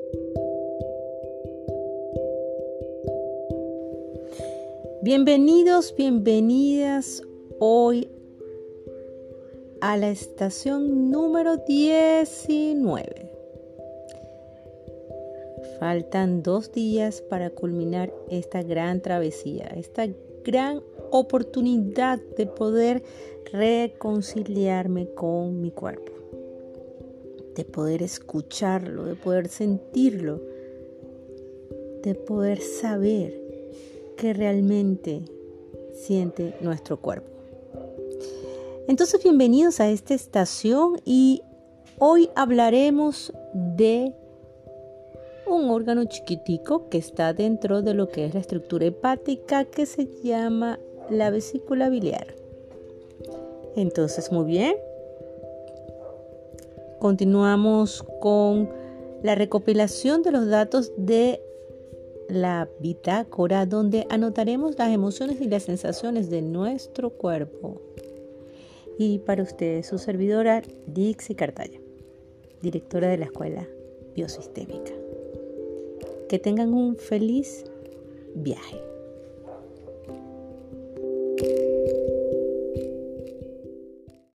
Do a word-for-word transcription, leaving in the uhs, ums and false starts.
Bienvenidos, bienvenidas hoy a la estación número diecinueve. Faltan dos días para culminar esta gran travesía, esta gran oportunidad de poder reconciliarme con mi cuerpo, de poder escucharlo, de poder sentirlo, de poder saber qué realmente siente nuestro cuerpo. Entonces, bienvenidos a esta estación y hoy hablaremos de un órgano chiquitico que está dentro de lo que es la estructura hepática, que se llama la vesícula biliar. Entonces, muy bien. Continuamos con la recopilación de los datos de la bitácora, donde anotaremos las emociones y las sensaciones de nuestro cuerpo. Y para ustedes, su servidora Dixie Cartaya, directora de la Escuela Biosistémica. Que tengan un feliz viaje.